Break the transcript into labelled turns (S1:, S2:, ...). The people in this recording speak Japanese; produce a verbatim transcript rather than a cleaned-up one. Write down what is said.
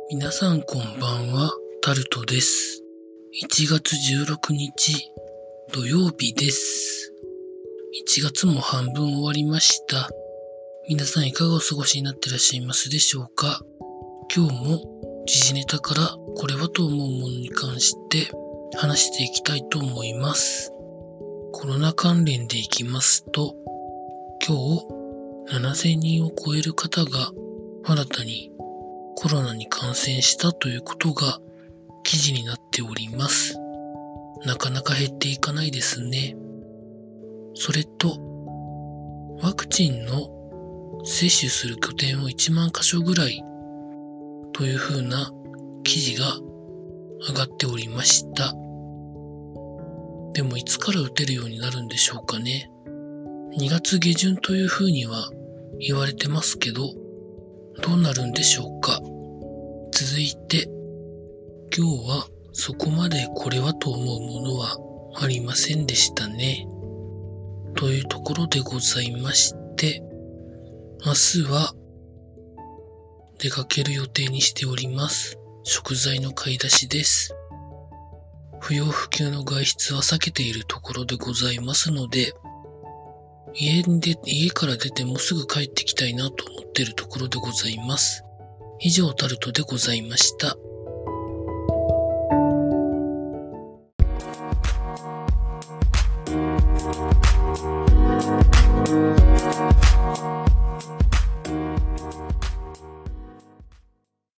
S1: 皆さんこんばんは、タルトです。いちがつじゅうろくにち土曜日です。いちがつも半分終わりました。皆さんいかがお過ごしになっていらっしゃいますでしょうか。今日も時事ネタからこれはと思うものに関して話していきたいと思います。コロナ関連でいきますと、今日ななせんにんを超える方が新たにコロナに感染したということが記事になっております。なかなか減っていかないですね。それと、ワクチンの接種する拠点をいちまんかしょぐらいというふうな記事が上がっておりました。でもいつから打てるようになるんでしょうかね。にがつげじゅんというふうには言われてますけど、どうなるんでしょうか。続いて、今日はそこまでこれはと思うものはありませんでしたね。というところでございまして、明日は出かける予定にしております。食材の買い出しです。不要不急の外出は避けているところでございますので、家で、家から出てもすぐ帰ってきたいなと思っているところでございます。以上タルトでございました。